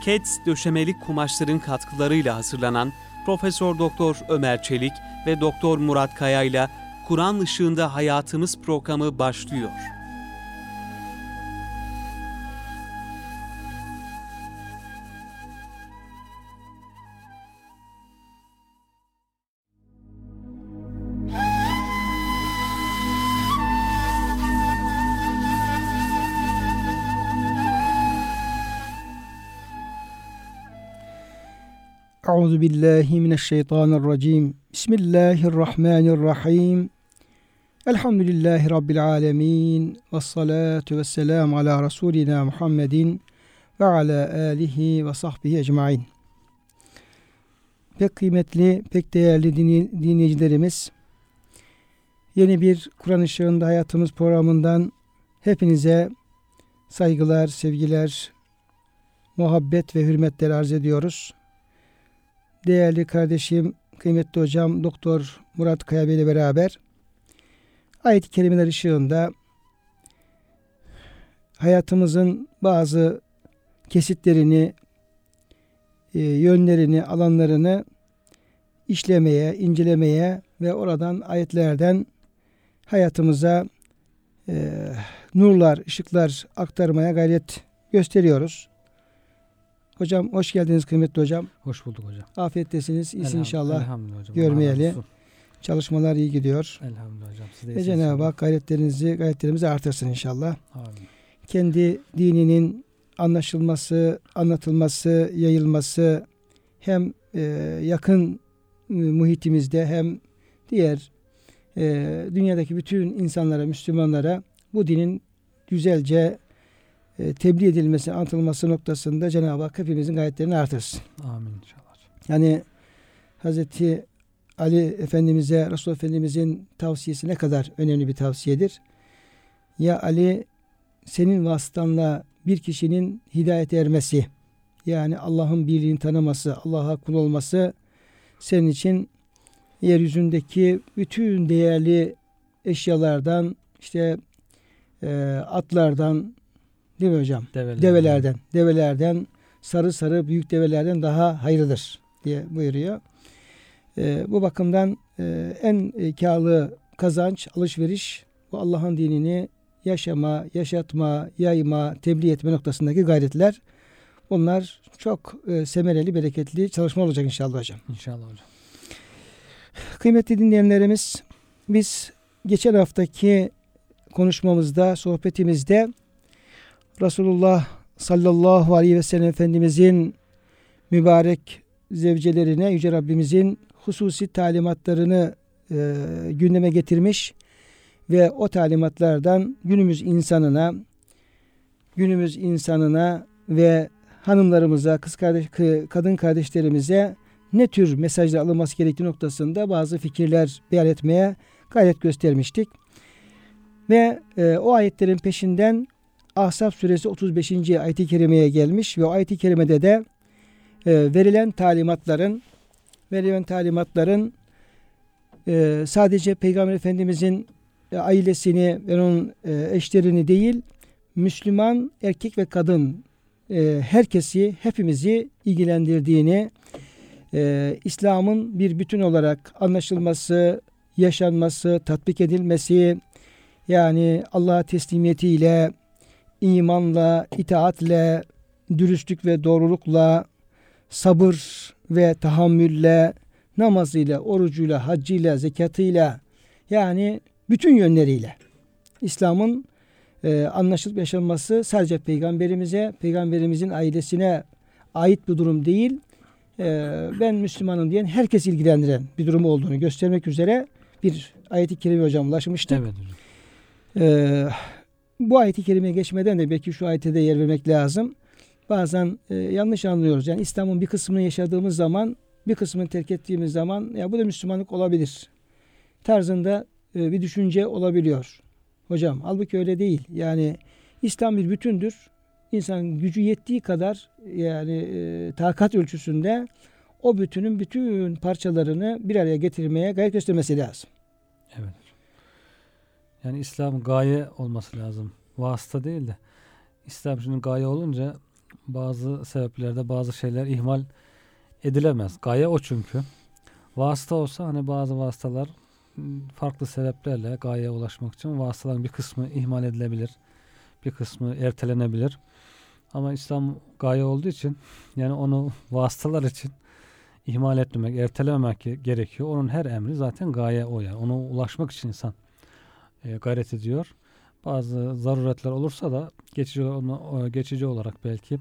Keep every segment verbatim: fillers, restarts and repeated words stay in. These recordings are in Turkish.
Keds döşemelik kumaşların katkılarıyla hazırlanan Profesör Doktor Ömer Çelik ve Doktor Murat Kaya ile Kur'an Işığında Hayatımız programı başlıyor. Euzu billahi mineşşeytanirracim. Bismillahirrahmanirrahim. Elhamdülillahi rabbil alamin. Ves salatu vesselam ala rasulina Muhammedin ve ala alihi ve sahbihi ecmaîn. Pek kıymetli, pek değerli dinleyicilerimiz, yeni bir Kur'an Işığında Hayatımız programından hepinize saygılar, sevgiler, muhabbet ve hürmetler arz ediyoruz. Değerli kardeşim, kıymetli hocam Doktor Murat Kaya Bey ile beraber ayet-i kerimeler ışığında hayatımızın bazı kesitlerini, yönlerini, alanlarını işlemeye, incelemeye ve oradan ayetlerden hayatımıza e, nurlar, ışıklar aktarmaya gayret gösteriyoruz. Hocam hoş geldiniz kıymetli hocam. Hoş bulduk hocam. Afiyettesiniz. İyisin inşallah. Elhamdülillah hocam. Görmeyeli. Çalışmalar iyi gidiyor. Elhamdülillah hocam. Siz de Ve Cenab-ı Hak gayretlerinizi, gayretlerimizi artırsın inşallah. Amin. Kendi dininin anlaşılması, anlatılması, yayılması hem e, yakın e, muhitimizde hem diğer e, dünyadaki bütün insanlara, Müslümanlara bu dinin güzelce e, tebliğ edilmesi, anlatılması noktasında Cenab-ı Hak hepimizin gayretlerini artırsın. Amin inşallah. Yani Hazreti Ali Efendimiz'e, Resulullah Efendimiz'in tavsiyesi ne kadar önemli bir tavsiyedir. Ya Ali, senin vasıtanla bir kişinin hidayete ermesi, yani Allah'ın birliğini tanıması, Allah'a kul olması senin için yeryüzündeki bütün değerli eşyalardan, işte e, atlardan, değil mi hocam? Develerden. Develerden, develerden, sarı sarı büyük develerden daha hayırlıdır diye buyuruyor. E, bu bakımdan e, en e, kârlı kazanç, alışveriş bu Allah'ın dinini yaşama, yaşatma, yayma, tebliğ etme noktasındaki gayretler. Bunlar çok e, semereli, bereketli çalışma olacak inşallah hocam. İnşallah hocam. Kıymetli dinleyenlerimiz, biz geçen haftaki konuşmamızda, sohbetimizde Resulullah sallallahu aleyhi ve sellem Efendimizin mübarek zevcelerine Yüce Rabbimizin hususi talimatlarını e, gündeme getirmiş ve o talimatlardan günümüz insanına, günümüz insanına ve hanımlarımıza, kız kardeş, kadın kardeşlerimize ne tür mesajlar alınması gerektiği noktasında bazı fikirler beyan etmeye gayret göstermiştik. Ve e, o ayetlerin peşinden Ahzab suresi otuz beşinci ayet-i kerimeye gelmiş ve o ayet-i kerimede de e, verilen talimatların verilen talimatların e, sadece Peygamber Efendimizin e, ailesini ve onun e, eşlerini değil, Müslüman erkek ve kadın e, herkesi, hepimizi ilgilendirdiğini, e, İslam'ın bir bütün olarak anlaşılması, yaşanması, tatbik edilmesi, yani Allah'a teslimiyetiyle, imanla, itaatle, dürüstlük ve doğrulukla, sabır ve tahammülle, namazıyla, orucuyla, haccıyla, zekatıyla, yani bütün yönleriyle İslam'ın e, anlaşılıp yaşanması sadece Peygamberimize, Peygamberimizin ailesine ait bir durum değil, e, ben Müslümanım diyen herkes ilgilendiren bir durum olduğunu göstermek üzere bir ayet-i kerime hocam ulaşmıştık. Evet hocam. E, bu ayet-i kerimeye geçmeden de belki şu ayete de yer vermek lazım. Bazen e, yanlış anlıyoruz. Yani İslam'ın bir kısmını yaşadığımız zaman, bir kısmını terk ettiğimiz zaman ya bu da Müslümanlık olabilir tarzında e, bir düşünce olabiliyor. Hocam halbuki öyle değil. Yani İslam bir bütündür. İnsan gücü yettiği kadar yani e, takat ölçüsünde o bütünün bütün parçalarını bir araya getirmeye gayret göstermesi lazım. Evet. Yani İslam gaye olması lazım. Vasıta değil de. İslam şimdi gaye olunca bazı sebeplerde bazı şeyler ihmal edilemez. Gaye o çünkü. Vasıta olsa hani bazı vasıtalar farklı sebeplerle gayeye ulaşmak için vasıtaların bir kısmı ihmal edilebilir. Bir kısmı ertelenebilir. Ama İslam gaye olduğu için yani onu vasıtalar için ihmal etmemek, ertelememek gerekiyor. Onun her emri zaten gaye o yani. Ona ulaşmak için insan e, gayret ediyor. Bazı zaruretler olursa da geçici, onu, geçici olarak belki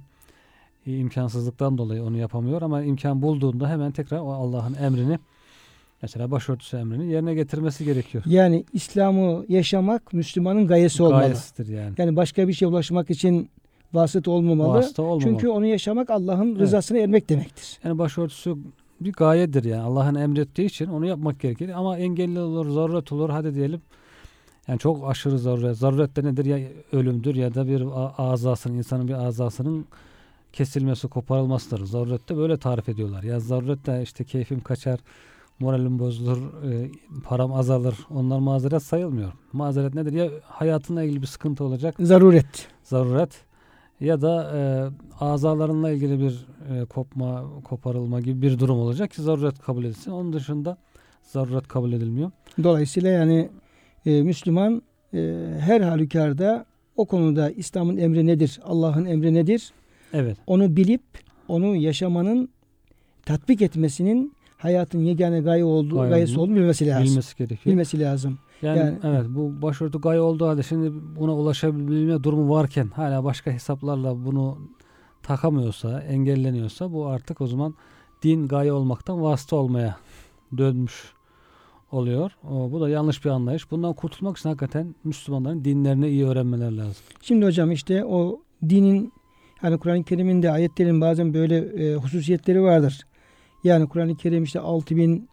e, imkansızlıktan dolayı onu yapamıyor ama imkan bulduğunda hemen tekrar o Allah'ın emrini, mesela başörtüsü emrini yerine getirmesi gerekiyor. Yani İslam'ı yaşamak Müslümanın gayesi olmalı. Gayesidir yani. Yani başka bir şeye ulaşmak için vasıta olmamalı. Vasıta olmamalı. Çünkü onu yaşamak Allah'ın Evet. rızasına ermek demektir. Yani başörtüsü bir gayedir yani. Allah'ın emrettiği için onu yapmak gerekir. Ama engelli olur, zaruret olur. Hadi diyelim. Yani çok aşırı zaruret. Zaruret de nedir? Ya ölümdür ya da bir azasının, insanın bir azasının kesilmesi, koparılmasıdır. Zaruret de böyle tarif ediyorlar. Ya zaruret de işte keyfim kaçar, moralim bozulur, e, param azalır. Onlar mazeret sayılmıyor. Mazeret nedir? Ya hayatınla ilgili bir sıkıntı olacak. Zaruret. Zaruret. Ya da e, azalarınla ilgili bir e, kopma, koparılma gibi bir durum olacak ki zaruret kabul edilsin. Onun dışında zaruret kabul edilmiyor. Dolayısıyla yani e, Müslüman e, her halükarda o konuda İslam'ın emri nedir, Allah'ın emri nedir? Evet. Onu bilip onu yaşamanın, tatbik etmesinin hayatın yegane gaye olduğu, Gaye gayesi olduğunu olduğunu bilmesi lazım. Bilmesi gerekiyor. Bilmesi lazım. Yani, Yani- evet, bu başörtü gaye olduğu halde şimdi buna ulaşabilme durumu varken hala başka hesaplarla bunu takamıyorsa, engelleniyorsa bu artık o zaman din gaye olmaktan vasıta olmaya dönmüş oluyor. O, bu da yanlış bir anlayış. Bundan kurtulmak için hakikaten Müslümanların dinlerini iyi öğrenmeler lazım. Şimdi hocam işte o dinin, hani Kur'an-ı Kerim'in de ayetlerin bazen böyle e, hususiyetleri vardır. Yani Kur'an-ı Kerim işte altı bin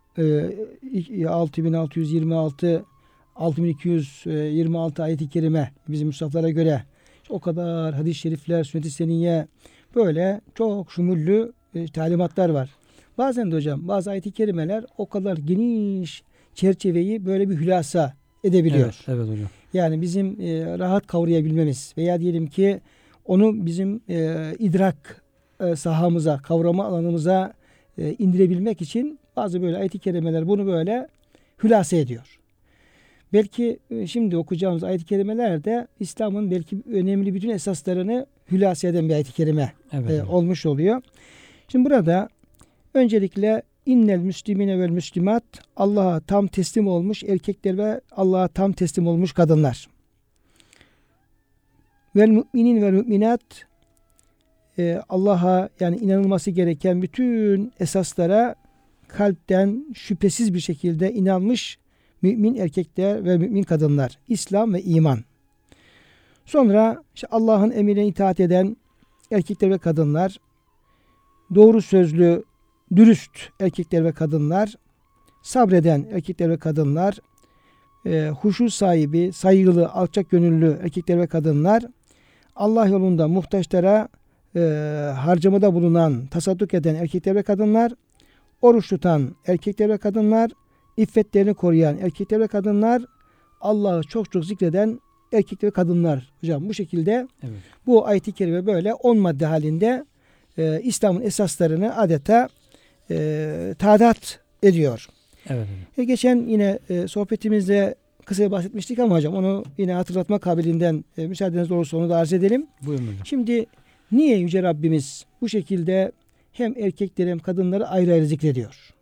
altı bin altı yüz yirmi altı altı bin iki yüz yirmi altı ayet-i kerime bizim müshaflara göre o kadar hadis-i şerifler, sünnet-i seniyye, böyle çok şumullü e, talimatlar var. Bazen de hocam bazı ayet-i kerimeler o kadar geniş çerçeveyi böyle bir hülasa edebiliyor. Evet, evet hocam. Yani bizim e, rahat kavrayabilmemiz veya diyelim ki onu bizim e, idrak e, sahamıza, kavrama alanımıza e, indirebilmek için bazı böyle ayet-i kerimeler bunu böyle hülasa ediyor. Belki e, şimdi okuyacağımız ayet-i kerimelerde İslam'ın belki önemli bütün esaslarını hülasa eden bir ayet-i kerime Evet, e, evet. olmuş oluyor. Şimdi burada öncelikle innel müslimine vel müslimat, Allah'a tam teslim olmuş erkekler ve Allah'a tam teslim olmuş kadınlar. Vel müminin ve müminat, e, Allah'a yani inanılması gereken bütün esaslara kalpten şüphesiz bir şekilde inanmış mümin erkekler ve mümin kadınlar. İslam ve iman. Sonra işte Allah'ın emrine itaat eden erkekler ve kadınlar, doğru sözlü, dürüst erkekler ve kadınlar, sabreden erkekler ve kadınlar, e, huşu sahibi, saygılı, alçak gönüllü erkekler ve kadınlar, Allah yolunda muhtaçlara e, harcamada bulunan, tasadduk eden erkekler ve kadınlar, oruç tutan erkekler ve kadınlar, iffetlerini koruyan erkekler ve kadınlar, Allah'ı çok çok zikreden erkekler ve kadınlar. Hocam bu şekilde Evet. bu ayet-i kerime böyle on madde halinde e, İslam'ın esaslarını adeta e, tadat ediyor. Evet. E, geçen yine e, sohbetimizde kısaca bahsetmiştik ama hocam onu yine hatırlatma kabiliğinden e, müsaadeniz olursa onu da arz edelim. Buyurun hocam. Şimdi niye Yüce Rabbimiz bu şekilde hem erkekleri hem kadınları ayrı ayrı zikrediyor?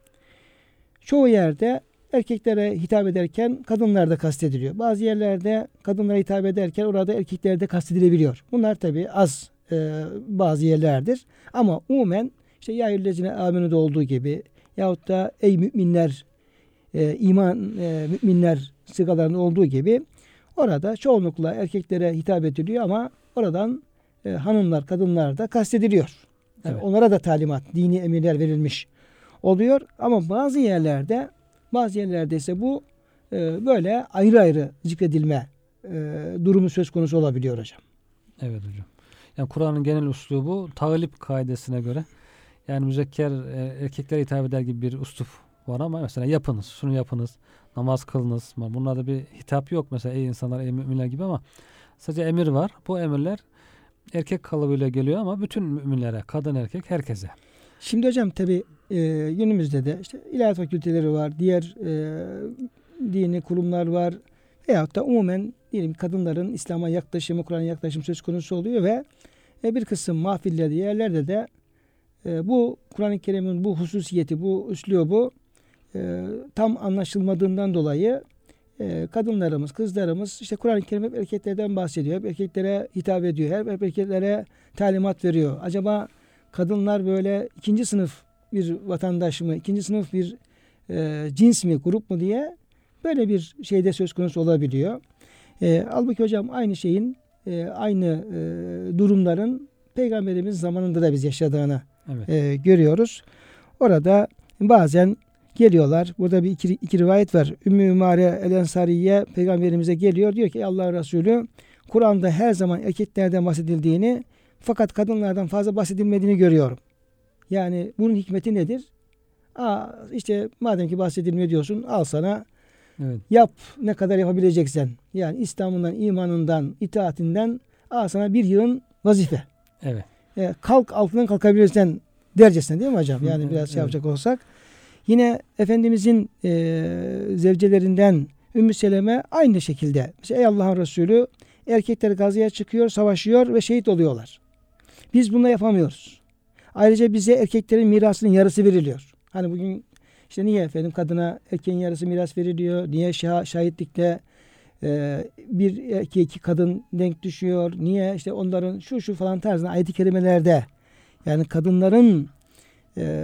Çoğu yerde erkeklere hitap ederken kadınlar da kastediliyor. Bazı yerlerde kadınlara hitap ederken orada erkekler de kastedilebiliyor. Bunlar tabi az e, bazı yerlerdir. Ama umumen işte ya eyyühellezine amenü'de olduğu gibi yahut da ey müminler, e, iman e, müminler sıgalarında olduğu gibi orada çoğunlukla erkeklere hitap ediliyor ama oradan e, hanımlar, kadınlar da kastediliyor. Yani Evet. onlara da talimat, dini emirler verilmiş oluyor. Ama bazı yerlerde bazı yerlerde ise bu e, böyle ayrı ayrı zikredilme e, durumu söz konusu olabiliyor hocam. Evet hocam. Yani Kur'an'ın genel üslubu tağlip kaidesine göre yani müzekker e, erkeklere hitap eder gibi bir üslup var ama mesela yapınız, şunu yapınız, namaz kılınız. Bunlarda bir hitap yok mesela ey insanlar, ey müminler gibi ama sadece emir var. Bu emirler erkek kalıbıyla geliyor ama bütün müminlere, kadın erkek herkese. Şimdi hocam tabii e, günümüzde de işte ilahiyat fakülteleri var, diğer e, dini kurumlar var veyahut da umumen diyelim kadınların İslam'a yaklaşımı, Kur'an'a yaklaşımı söz konusu oluyor ve e, bir kısım mahfillerde, yerlerde de e, bu Kur'an-ı Kerim'in bu hususiyeti, bu üslubu e, tam anlaşılmadığından dolayı e, kadınlarımız, kızlarımız işte Kur'an-ı Kerim hep erkeklerden bahsediyor, hep erkeklere hitap ediyor, hep, hep erkeklere talimat veriyor. Acaba kadınlar böyle ikinci sınıf bir vatandaş mı, ikinci sınıf bir e, cins mi, grup mu diye böyle bir şeyde söz konusu olabiliyor. E, halbuki hocam aynı şeyin, e, aynı e, durumların Peygamberimiz zamanında da biz yaşadığını Evet. e, görüyoruz. Orada bazen geliyorlar. Burada bir iki, iki rivayet var. Ümmü Ümare el-Ensariye Peygamberimize geliyor. Diyor ki Allah Resulü Kur'an'da her zaman erkeklerden bahsedildiğini fakat kadınlardan fazla bahsedilmediğini görüyorum. Yani bunun hikmeti nedir? Aa, işte madem ki bahsedilmiyor diyorsun, al sana, Evet. yap ne kadar yapabileceksen. Yani İslam'ından, imanından, itaatinden al sana bir yığın vazife. Evet. E, kalk altından kalkabilirsen dercesine, değil mi hocam? Yani Evet, biraz şey evet. yapacak olsak. Yine Efendimizin e, zevcelerinden Ümmü Seleme aynı şekilde. Mesela ey Allah'ın Resulü, erkekler gazaya çıkıyor, savaşıyor ve şehit oluyorlar. Biz bunu yapamıyoruz. Ayrıca bize erkeklerin mirasının yarısı veriliyor. Hani bugün işte niye efendim kadına erkeğin yarısı miras veriliyor? Niye şah, şahitlikte e, bir erkeğe iki kadın denk düşüyor? Niye işte onların şu şu falan tarzında ayet-i kerimelerde yani kadınların e,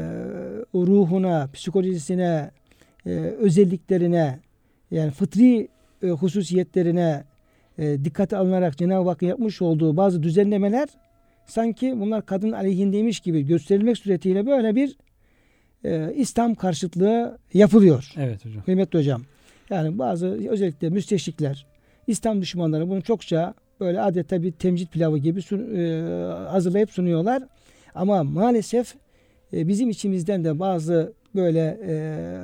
ruhuna, psikolojisine, e, özelliklerine yani fıtri e, hususiyetlerine e, dikkate alınarak Cenab-ı Hakk'ın yapmış olduğu bazı düzenlemeler sanki bunlar kadın aleyhindeymiş gibi gösterilmek suretiyle böyle bir e, İslam karşıtlığı yapılıyor. Evet hocam. Kıymetli hocam. Yani bazı özellikle müsteşrikler, İslam düşmanları bunu çokça böyle adeta bir temcit pilavı gibi sun, e, hazırlayıp sunuyorlar. Ama maalesef e, bizim içimizden de bazı böyle e,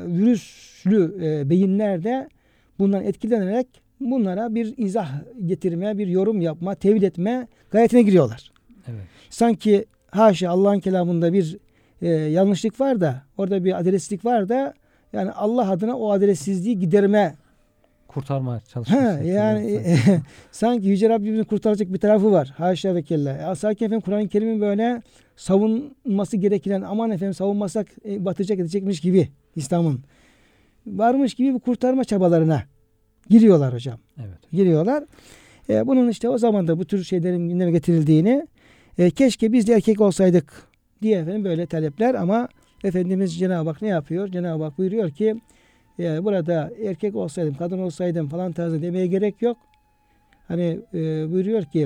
virüslü e, beyinler de bundan etkilenerek bunlara bir izah getirme, bir yorum yapma, tevil etme gayretine giriyorlar. Evet. Sanki haşa Allah'ın kelamında bir e, yanlışlık var da, orada bir adaletsizlik var da yani Allah adına o adaletsizliği giderme. Kurtarmaya Ha, çalışması. yani sanki Yüce Rabbimizin kurtaracak bir tarafı var. Haşa ve kella. Ya, sanki efendim Kur'an-ı Kerim'in böyle savunması gereken, aman efendim savunmasak e, batacak edecekmiş gibi İslam'ın varmış gibi bir kurtarma çabalarına giriyorlar hocam. Evet. Giriyorlar. E, bunun işte o zaman da bu tür şeylerin gündeme getirildiğini e, keşke biz de erkek olsaydık diye efendim böyle talepler ama Efendimiz Cenab-ı Hak ne yapıyor? Cenab-ı Hak buyuruyor ki e, burada erkek olsaydım, kadın olsaydım falan tarzı demeye gerek yok. Hani e, buyuruyor ki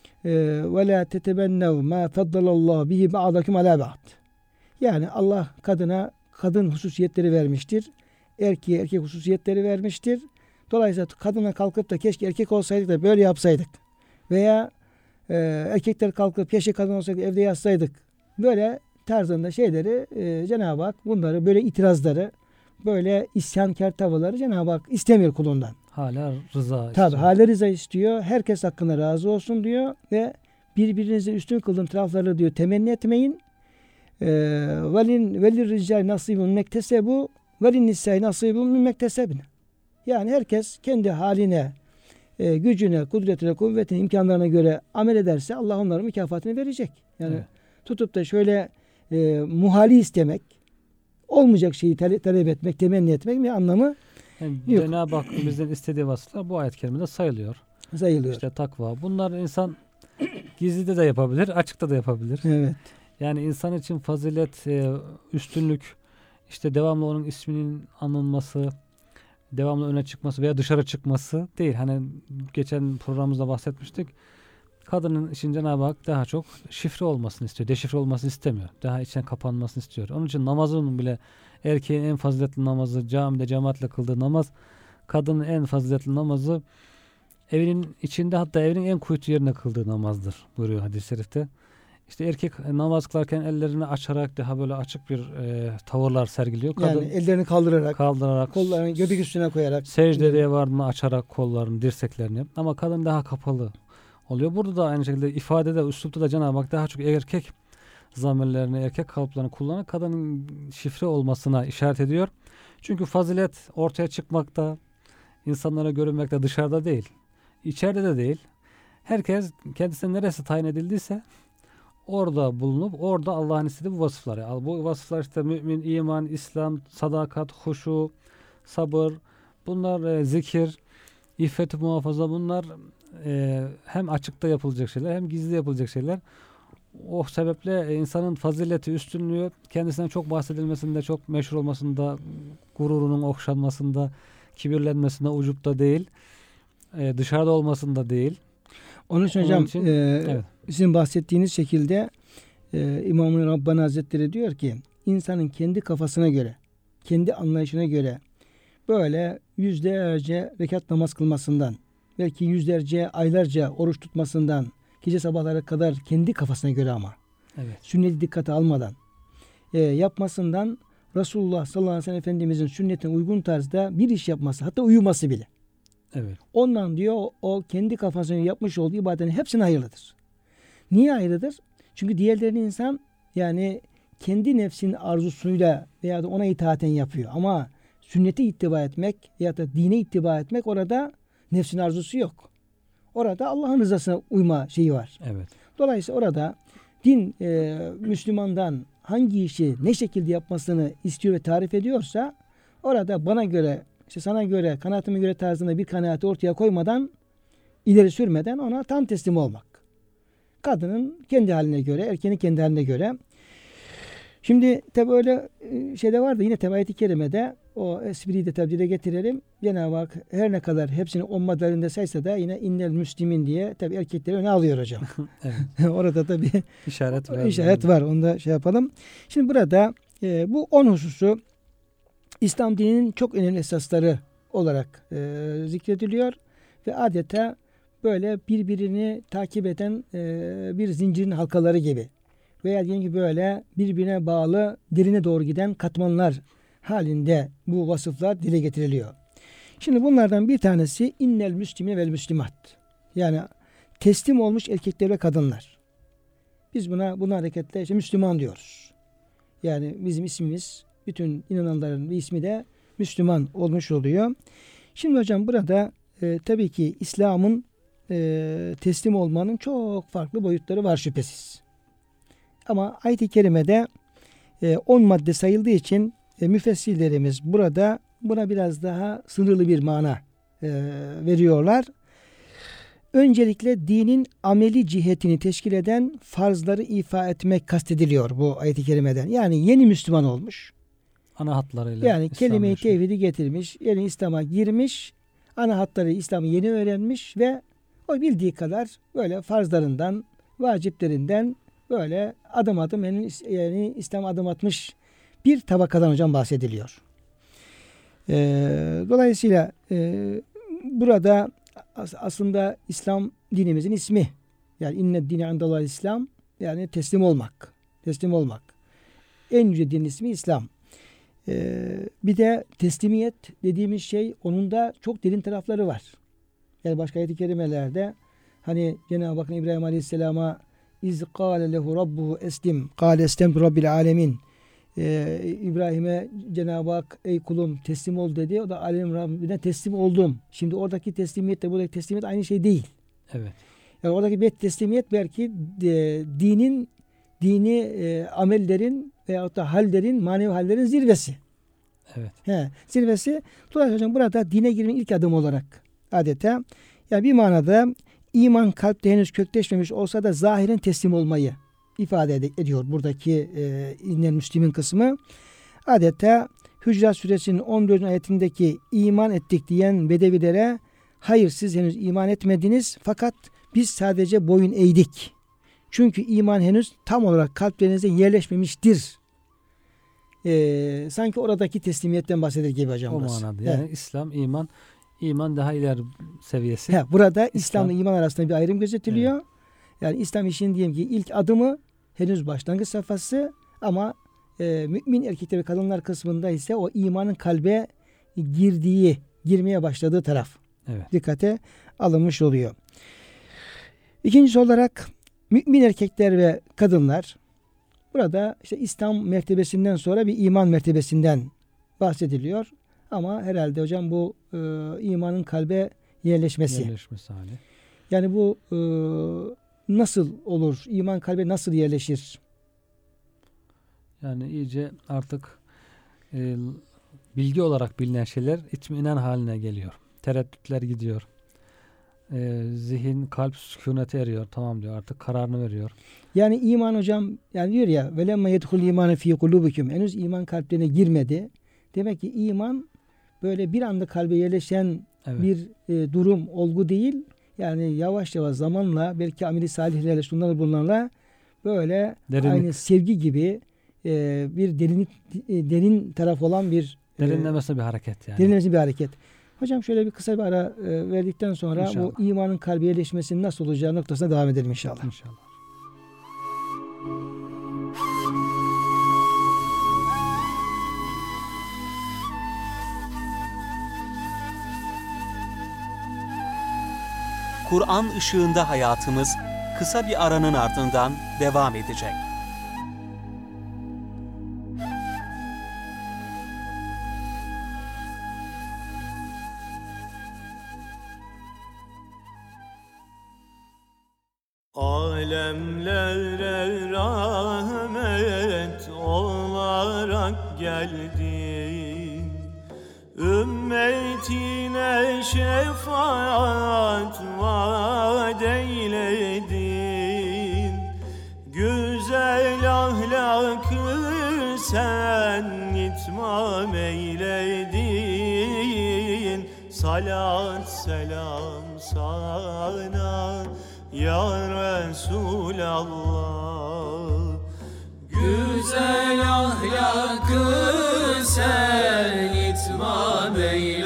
ve la tetebennev ma faddalallahu bihi ba'dakum ala ba'd. Yani Allah kadına kadın hususiyetleri vermiştir. Erkeğe erkek hususiyetleri vermiştir. Dolayısıyla kadına kalkıp da keşke erkek olsaydık da böyle yapsaydık. Veya e, erkekler kalkıp keşke kadın olsaydık evde yatsaydık. Böyle tarzında şeyleri e, Cenab-ı Hak bunları böyle itirazları böyle isyankar tavırları Cenab-ı Hak istemiyor kulundan. Hala rıza Tabii istiyor. hala rıza istiyor. Herkes hakkında razı olsun diyor ve birbirinize üstün kıldığım tarafları diyor temenni etmeyin. Velin velir rical nasibun mektesebu velin nisai nasibun min mektesebne. Yani herkes kendi haline, e, gücüne, kudretine, kuvvetine, imkanlarına göre amel ederse Allah onların mükafatını verecek. Yani Evet. tutup da şöyle e, muhali istemek, olmayacak şeyi tale- talep etmek, temenni etmek bir anlamı Yani yok. Cenab-ı Hakk'ın bizden istediği vasıflar bu ayet-i kerimede sayılıyor. sayılıyor. İşte takva. Bunlar insan gizlide de yapabilir, açıkta da yapabilir. Evet. Yani insan için fazilet, e, üstünlük, işte devamlı onun isminin anılması, devamlı öne çıkması veya dışarı çıkması değil. Hani geçen programımızda bahsetmiştik. Kadının için Cenab-ı Hak daha çok şifre olmasını istiyor. Deşifre olmasını istemiyor. Daha içine kapanmasını istiyor. Onun için namazın bile erkeğin en faziletli namazı, camide cemaatle kıldığı namaz, kadının en faziletli namazı evinin içinde hatta evinin en kuytu yerine kıldığı namazdır buyuruyor hadis-i şerifte. İşte erkek namaz kılarken ellerini açarak daha böyle açık bir e, tavırlar sergiliyor. Kadın Yani ellerini kaldırarak, kaldırarak, kollarını göbek üstüne koyarak, secdeye vardığında açarak kollarını, dirseklerini. Ama kadın daha kapalı oluyor. Burada da aynı şekilde ifadede, üslupta da Cenab-ı Hak daha çok erkek zamirlerini, erkek kalıplarını kullanarak kadının şifre olmasına işaret ediyor. Çünkü fazilet ortaya çıkmakta, insanlara görünmekte, dışarıda değil, içeride de değil. Herkes kendisine neresi tayin edildiyse orada bulunup orada Allah'ın istediği bu vasıfları. Bu vasıflar işte mümin, iman, İslam, sadakat, huşu, sabır, bunlar e, zikir, iffet-i muhafaza, bunlar e, hem açıkta yapılacak şeyler hem gizli yapılacak şeyler. O sebeple e, insanın fazileti, üstünlüğü kendisinden çok bahsedilmesinde, çok meşhur olmasında, gururunun okşanmasında, kibirlenmesinde, ucupta değil, e, dışarıda olmasında değil. Onun için Onun hocam için, e, evet. sizin bahsettiğiniz şekilde e, İmam-ı Rabbani Hazretleri diyor ki insanın kendi kafasına göre, kendi anlayışına göre böyle yüzlerce rekat namaz kılmasından, belki yüzlerce aylarca oruç tutmasından, gece sabahlara kadar kendi kafasına göre ama Evet. sünneti dikkate almadan e, yapmasından Resulullah sallallahu aleyhi ve sellem Efendimizin sünnetine uygun tarzda bir iş yapması, hatta uyuması bile. Evet. Ondan diyor o, o kendi kafasına yapmış olduğu ibadetin hepsine hayırlıdır. Niye hayırlıdır? Çünkü diğerlerini insan yani kendi nefsinin arzusuyla veya da ona itaaten yapıyor. Ama sünnete ittiba etmek ya da dine ittiba etmek, orada nefsin arzusu yok. Orada Allah'ın rızasına uyma şeyi var. Evet. Dolayısıyla orada din e, Müslümandan hangi işi ne şekilde yapmasını istiyor ve tarif ediyorsa orada bana göre, işte sana göre, kanaatime göre tarzında bir kanaati ortaya koymadan, ileri sürmeden ona tam teslim olmak. Kadının kendi haline göre, erkeğin kendi haline göre. Şimdi tabi öyle şeyde var da yine tabi ayet-i kerimede o espriyi de tabi dile getirelim. Cenab-ı Hak her ne kadar hepsini on maddelerinde saysa da yine innel müslimin diye tabi erkekleri öne alıyor hocam. Evet. Orada da bir İşaret var. işaret var. Onu da şey yapalım. Şimdi burada e, bu on hususu İslam dininin çok önemli esasları olarak e, zikrediliyor ve adeta böyle birbirini takip eden e, bir zincirin halkaları gibi veya diyelim ki böyle birbirine bağlı derine doğru giden katmanlar halinde bu vasıflar dile getiriliyor. Şimdi bunlardan bir tanesi innel müslimine vel müslimat. Yani teslim olmuş erkekler ve kadınlar. Biz buna buna hareketle işte Müslüman diyoruz. Yani bizim ismimiz, bütün inananların ismi de Müslüman olmuş oluyor. Şimdi hocam burada e, tabii ki İslam'ın e, teslim olmanın çok farklı boyutları var şüphesiz. Ama ayet-i kerimede on madde sayıldığı için e, müfessirlerimiz burada buna biraz daha sınırlı bir mana e, veriyorlar. Öncelikle dinin ameli cihetini teşkil eden farzları ifa etmek kastediliyor bu ayet-i kerimeden. Yani yeni Müslüman olmuş. Ana hatlarıyla. Yani kelime-i tevhidi getirmiş, yani İslam'a girmiş, ana hatları İslam'ı yeni öğrenmiş ve o bildiği kadar böyle farzlarından, vaciplerinden böyle adım adım yani, yani İslam adım atmış bir tabakadan hocam bahsediliyor. Ee, dolayısıyla e, burada as- aslında İslam dinimizin ismi, yani inne dine indallahil İslam, yani teslim olmak. Teslim olmak. En yüce din ismi İslam. Ee, bir de teslimiyet dediğimiz şey, onun da çok derin tarafları var. Yani başka ayet-i kerimelerde hani Cenab-ı Hak İbrahim Aleyhisselam'a İz kâle lehu rabbuhu eslim kâle eslemtu rabbil alemin. Ee, İbrahim'e Cenab-ı Hak ey kulum teslim ol dedi. O da alem Rabbine teslim oldum. Şimdi oradaki teslimiyet de buradaki teslimiyet aynı şey değil. Evet. Yani oradaki bir teslimiyet belki de, dinin dini e, amellerin veyahut da hallerin, manevi hallerin zirvesi. Evet. He, zirvesi. Dolayısıyla hocam burada dine girmenin ilk adım olarak adeta yani bir manada iman kalpte henüz kökleşmemiş olsa da zahiren teslim olmayı ifade ediyor buradaki e, innel müslimin kısmı. Adeta Hücurat Suresinin on dördüncü ayetindeki iman ettik diyen bedevilere hayır siz henüz iman etmediniz fakat biz sadece boyun eğdik. Çünkü iman henüz tam olarak kalplerinize yerleşmemiştir. Ee, sanki oradaki teslimiyetten bahseder gibi hocam. O burası. manada. Yani He. İslam, iman, iman daha ileri seviyesi. He, burada İslam. İslam'la iman arasında bir ayrım gözetiliyor. Evet. Yani İslam işinin diyelim ki ilk adımı henüz başlangıç safhası ama e, mümin erkekler ve kadınlar kısmında ise o imanın kalbe girdiği, girmeye başladığı taraf. Evet. Dikkate alınmış oluyor. İkincisi olarak mümin erkekler ve kadınlar. Burada işte İslam mertebesinden sonra bir iman mertebesinden bahsediliyor. Ama herhalde hocam bu e, imanın kalbe yerleşmesi. Yerleşmesi hali. Yani bu e, nasıl olur? İman kalbe nasıl yerleşir? Yani iyice artık e, bilgi olarak bilinen şeyler itminen haline geliyor. Tereddütler gidiyor. E, zihin, kalp sükunete eriyor. Tamam diyor, artık kararını veriyor. Yani iman hocam, yani diyor ya velemme yedhul imanu fi kulubikum, henüz iman kalplerine girmedi. Demek ki iman böyle bir anda kalbe yerleşen Evet. bir e, durum, olgu değil. Yani yavaş yavaş zamanla, belki ameli salihlerle, şunlarla bunlarla böyle Derinlik. aynı sevgi gibi e, bir derinlik, e, derin taraf olan bir e, Derinlemesine bir hareket yani. derinlemesine bir hareket. Hocam şöyle bir kısa bir ara e, verdikten sonra İnşallah. bu imanın kalbe yerleşmesinin nasıl olacağı noktasına devam edelim inşallah. İnşallah. Kur'an ışığında hayatımız kısa bir aranın ardından devam edecek. Alemlere rahmet olarak geldin, ümmetine şefaat vaat eyledin. Güzel ahlakı sen itmam eyledin. Salat selam sana ya Resulallah. Güzel ahlakı sen itmam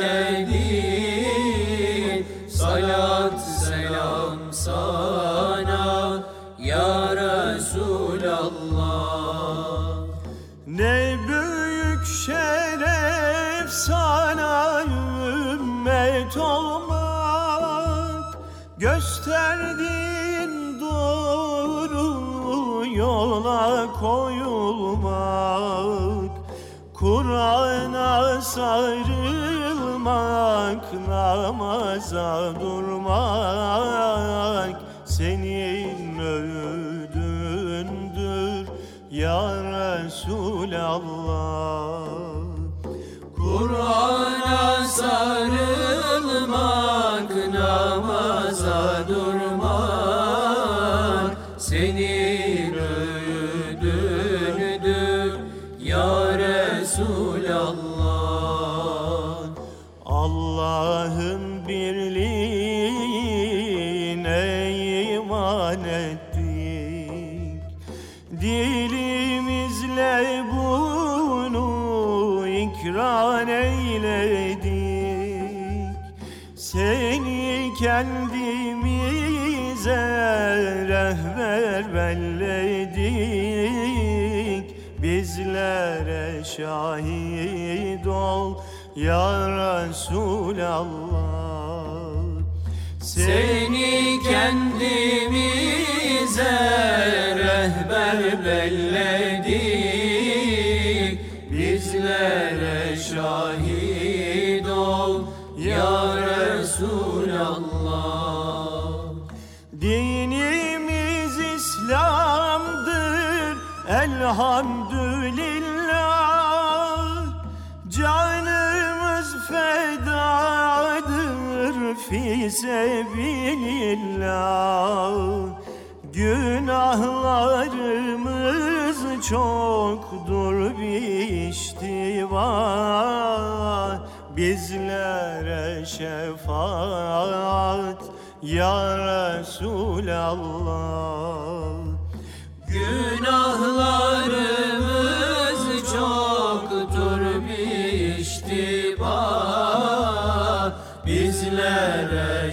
eyledin. Salat selam sana ya Resulallah. Ne büyük şeref sana ümmet olmak, gösterdiğin doğru yola koyulmak, Kur'an'a sarılmak, namaza durmak senin öğüdündür ya Resulallah. Kur'an'a sarılmak, namaza durmak senin öğüdündür ya Resulallah. Allah'ın birliğine iman ettik, dilimizle bunu ikrar eyledik. Seni kendimize rehber belledik, bizlere şahit ol ya Resulallah. Seni kendimize rehber belledik, bizlere şahit ol ya Resulallah. Dinimiz İslam'dır elhamdülillah, canımız fedadır fi sebilillah. Günahlarımız çoktur biştiva, bizlere şefaat ya Resulallah. Günahlarımız çoktur biştiba, bizlere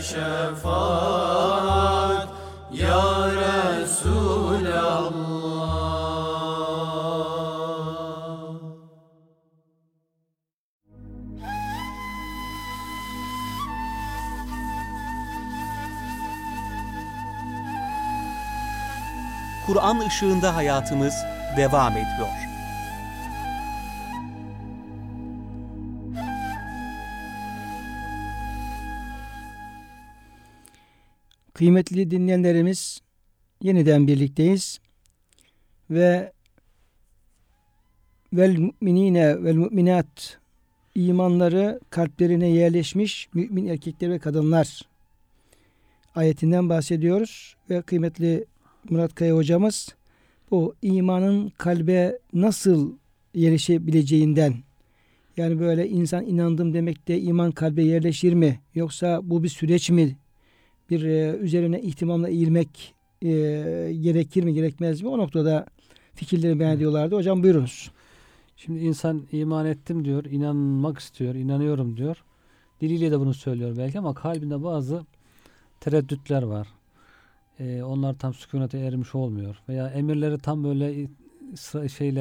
şefaat ya Resulallah. Kur'an ışığında hayatımız devam ediyor. Kıymetli dinleyenlerimiz, yeniden birlikteyiz ve vel müminine vel müminat, imanları kalplerine yerleşmiş mümin erkekler ve kadınlar ayetinden bahsediyoruz ve kıymetli Murat Kaya hocamız bu imanın kalbe nasıl yerleşebileceğinden, yani böyle insan inandım demekte iman kalbe yerleşir mi, yoksa bu bir süreç mi, bir e, üzerine ihtimamla eğilmek e, gerekir mi gerekmez mi, o noktada fikirleri beyan ediyorlardı. Hocam buyurunuz. Şimdi insan iman ettim diyor, inanmak istiyor, inanıyorum diyor. Diliyle de bunu söylüyor belki ama kalbinde bazı tereddütler var. Ee, onlar tam sükunete ermiş olmuyor. Veya emirleri tam böyle şeyle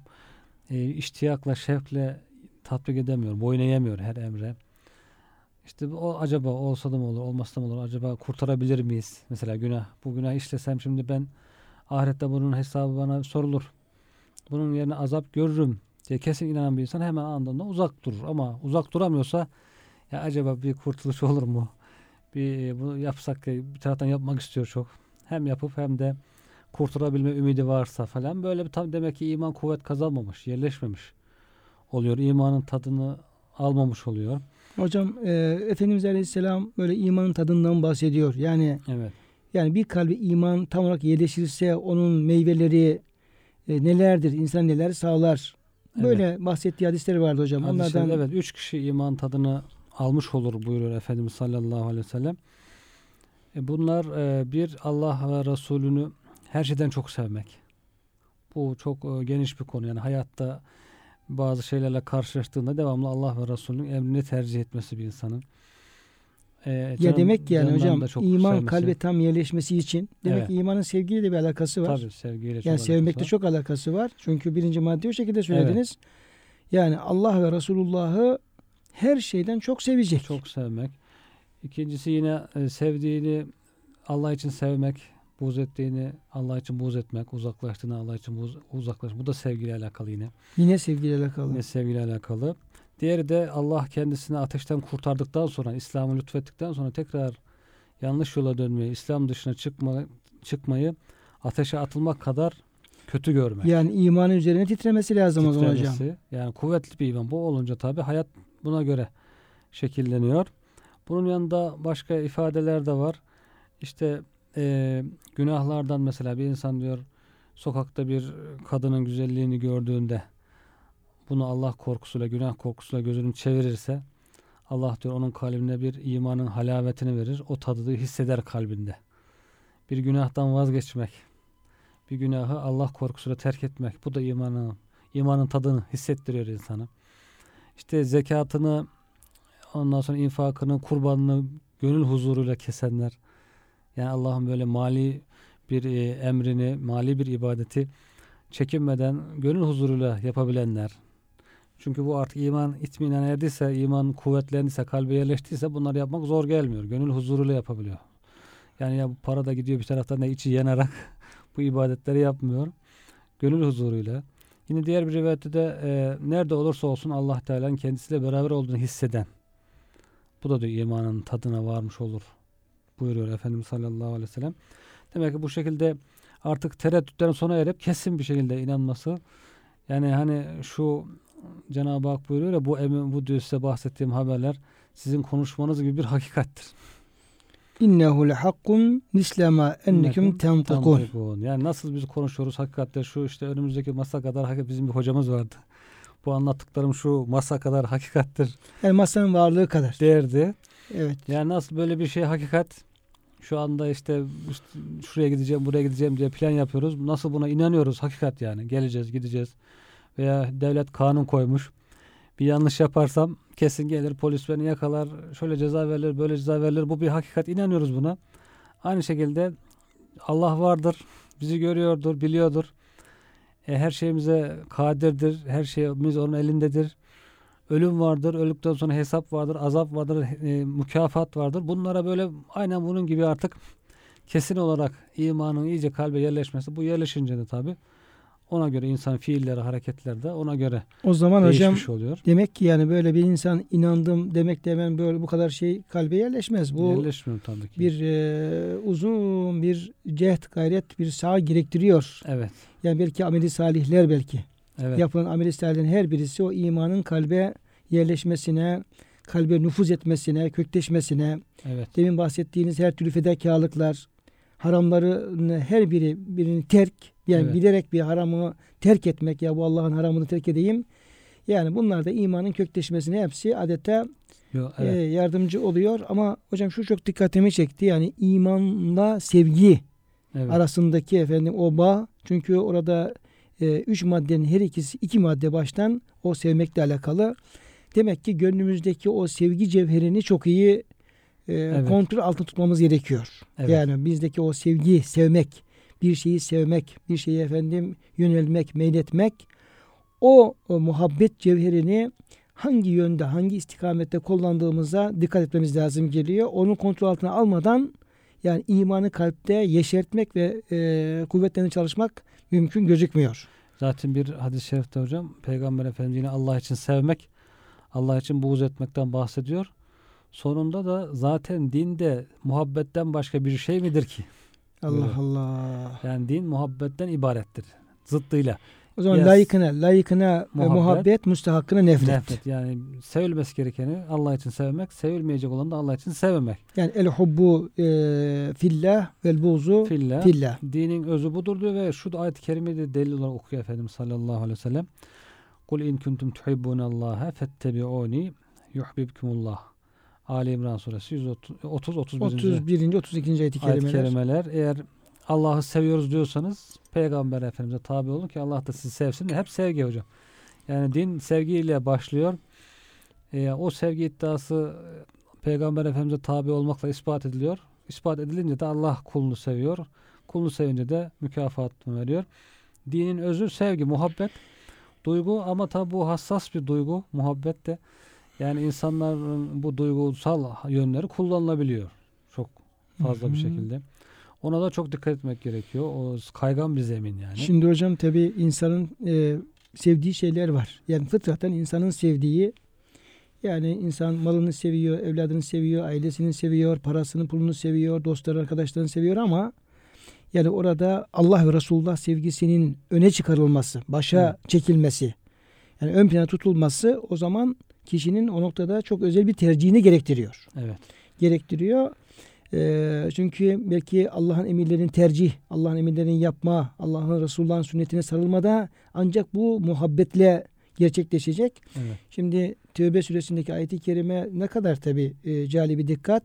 e, iştiyakla, şevkle tatbik edemiyor. Boyun eğemiyor her emre. İşte o acaba olsa da mı olur, olmazsa mı olur? Acaba kurtarabilir miyiz? Mesela günah. Bu günah işlesem şimdi ben ahirette bunun hesabı bana sorulur. Bunun yerine azap görürüm diye kesin inanan bir insan hemen anında uzak durur. Ama uzak duramıyorsa ya acaba bir kurtuluş olur mu? Bir bunu yapsak, bir taraftan yapmak istiyor çok. Hem yapıp hem de kurtulabilme ümidi varsa falan, böyle bir tam demek ki iman kuvvet kazanmamış, yerleşmemiş oluyor. İmanın tadını almamış oluyor. Hocam e, Efendimiz Aleyhisselam böyle imanın tadından bahsediyor. Yani Evet. yani bir kalbe iman tam olarak yerleşirse onun meyveleri e, nelerdir? İnsan neler sağlar? Böyle evet. bahsettiği hadisleri vardı hocam. Hadisler, Onlardan evet, üç kişi iman tadını almış olur buyuruyor Efendimiz sallallahu aleyhi ve sellem. E bunlar e, bir, Allah ve Resulünü her şeyden çok sevmek. Bu çok e, geniş bir konu. Yani hayatta bazı şeylerle karşılaştığında devamlı Allah ve Resulünün emrini tercih etmesi bir insanın. E, ya canım, demek ki yani hocam iman sevmesi. kalbe tam yerleşmesi için demek evet. ki imanın sevgiyle de bir alakası var. Tabii sevgiyle çok yani sevmekte var. çok alakası var. Çünkü birinci madde o şekilde söylediniz. Evet. Yani Allah ve Resulullah'ı her şeyden çok sevecek. Çok sevmek. İkincisi yine e, sevdiğini Allah için sevmek, buğz ettiğini Allah için buğz etmek, uzaklaştığını Allah için buğz, uzaklaşmak. Bu da sevgiyle alakalı yine. Yine sevgiyle alakalı. Yine sevgiyle alakalı. Diğeri de Allah kendisini ateşten kurtardıktan sonra, İslam'ı lütfettikten sonra tekrar yanlış yola dönmeyi, İslam dışına çıkma, çıkmayı ateşe atılmak kadar kötü görmek. Yani imanın üzerine titremesi lazım titremesi, o zaman hocam. Yani kuvvetli bir iman. Bu olunca tabii hayat buna göre şekilleniyor. Bunun yanında başka ifadeler de var. İşte e, günahlardan mesela bir insan diyor sokakta bir kadının güzelliğini gördüğünde bunu Allah korkusuyla, günah korkusuyla gözünü çevirirse Allah diyor onun kalbine bir imanın halavetini verir. O tadı da hisseder kalbinde. Bir günahtan vazgeçmek, bir günahı Allah korkusuyla terk etmek. Bu da imanın, imanın tadını hissettiriyor insana. İşte zekatını, ondan sonra infakını, kurbanını gönül huzuruyla kesenler. Yani Allah'ın böyle mali bir e, emrini, mali bir ibadeti çekinmeden gönül huzuruyla yapabilenler. Çünkü bu artık iman itminan erdiyse, iman kuvvetlendiyse, kalbe yerleştiyse bunları yapmak zor gelmiyor. Gönül huzuruyla yapabiliyor. Yani ya bu para da gidiyor bir taraftan da içi yanarak bu ibadetleri yapmıyor. Gönül huzuruyla. Yine diğer bir rivayette de e, nerede olursa olsun Allah Teala'nın kendisiyle beraber olduğunu hisseden. Bu da diyor imanın tadına varmış olur buyuruyor Efendimiz sallallahu aleyhi ve sellem. Demek ki bu şekilde artık tereddütlerin sona erip kesin bir şekilde inanması. Yani hani şu Cenab-ı Hak buyuruyor ya bu emin, bu diyor size bahsettiğim haberler sizin konuşmanız gibi bir hakikattir. İnnehu lehakkun mislema ennekum tentikun. Yani nasıl biz konuşuyoruz hakikatte şu işte önümüzdeki masa kadar hakikat, bizim bir hocamız vardı. Bu anlattıklarım şu masa kadar hakikattir. Yani masanın varlığı kadar. Derdi. Evet. Yani nasıl böyle bir şey hakikat, şu anda işte, işte şuraya gideceğim, buraya gideceğim diye plan yapıyoruz. Nasıl buna inanıyoruz hakikat yani. Geleceğiz, gideceğiz. Veya devlet kanun koymuş. Bir yanlış yaparsam kesin gelir polis beni yakalar. Şöyle ceza verilir, böyle ceza verilir. Bu bir hakikat. İnanıyoruz buna. Aynı şekilde Allah vardır. Bizi görüyordur, biliyordur. E, her şeyimize kadirdir. Her şeyimiz onun elindedir. Ölüm vardır. Öldükten sonra hesap vardır. Azap vardır. E, mükafat vardır. Bunlara böyle aynen bunun gibi artık kesin olarak imanın iyice kalbe yerleşmesi, bu yerleşince de tabi ona göre insan fiilleri, hareketleri de ona göre O zaman hocam değişmiş oluyor. demek ki yani böyle bir insan inandım demek de hemen böyle bu kadar şey kalbe yerleşmez. Bu Yerleşmiyor tabii ki. bir e, uzun bir cehd, gayret, bir saha gerektiriyor. Evet. Yani belki ameli salihler belki. Evet. Yapılan ameli salihlerin her birisi o imanın kalbe yerleşmesine, kalbe nüfuz etmesine, kökleşmesine, Evet. demin bahsettiğiniz her türlü fedakarlıklar, haramların her biri birini terk, yani Evet. bilerek bir haramı terk etmek, ya bu Allah'ın haramını terk edeyim. Yani bunlar da imanın kökleşmesine hepsi adeta Yo, e, evet. yardımcı oluyor. Ama hocam şu çok dikkatimi çekti. Yani imanla sevgi Evet. arasındaki efendim o bağ. Çünkü orada e, üç maddenin her ikisi, iki madde baştan o sevmekle alakalı. Demek ki gönlümüzdeki o sevgi cevherini çok iyi e, Evet. kontrol altında tutmamız gerekiyor. Evet. Yani bizdeki o sevgi, sevmek, bir şeyi sevmek, bir şeyi efendim yönelmek, meyletmek, o, o muhabbet cevherini hangi yönde, hangi istikamette kullandığımıza dikkat etmemiz lazım geliyor. Onu kontrol altına almadan yani imanı kalpte yeşertmek ve e, kuvvetlerini çalışmak mümkün gözükmüyor. Zaten bir hadis-i şerifte hocam Peygamber Efendimiz yine Allah için sevmek, Allah için buğz etmekten bahsediyor. Sonunda da zaten dinde muhabbetten başka bir şey midir ki? Allah Böyle. Allah. Yani din muhabbetten ibarettir. Zıttıyla. O zaman Yes. layıkına, layıkına muhabbet, muhabbet müstehakkına nefret. Nefret. Yani sevilmesi gerekeni Allah için sevmek, sevilmeyecek olanı da Allah için sevmemek. Yani el hubbu e, fillah vel buğzu Fillah. fillah. Dinin özü budur diyor ve şu da ayet-i kerimeyi de delil olarak okuyor Efendimiz sallallahu aleyhi ve sellem. Kul in kuntum tuhibbunallaha fettebi'uni yuhbibkumullah. Ali İmran suresi yüz otuz otuz bir. otuz birinci. otuz ikinci ayet-i ayet-i kerimeler. kerimeler. Eğer Allah'ı seviyoruz diyorsanız Peygamber Efendimiz'e tabi olun ki Allah da sizi sevsin. Hep sevgi hocam. Yani din sevgiyle başlıyor. Ee, o sevgi iddiası Peygamber Efendimiz'e tabi olmakla ispat ediliyor. İspat edilince de Allah kulunu seviyor. Kulunu sevince de mükafatını veriyor. Dinin özü sevgi, muhabbet, duygu ama tabi bu hassas bir duygu, muhabbet de. Yani insanların bu duygusal yönleri kullanılabiliyor. Çok fazla Hı hı. bir şekilde. Ona da çok dikkat etmek gerekiyor. O kaygan bir zemin yani. Şimdi hocam tabi insanın e, sevdiği şeyler var. Yani fıtraten insanın sevdiği, yani insan malını seviyor, evladını seviyor, ailesini seviyor, parasını, pulunu seviyor, dostları, arkadaşlarını seviyor ama yani orada Allah ve Resulullah sevgisinin öne çıkarılması, başa Evet. çekilmesi, yani ön plana tutulması o zaman kişinin o noktada çok özel bir tercihini gerektiriyor. Evet. Gerektiriyor. Ee, çünkü belki Allah'ın emirlerini tercih, Allah'ın emirlerini yapma, Allah'ın Resulullah'ın sünnetine sarılmada ancak bu muhabbetle gerçekleşecek. Evet. Şimdi Tevbe suresindeki ayet-i kerime ne kadar tabi e, cali bir dikkat.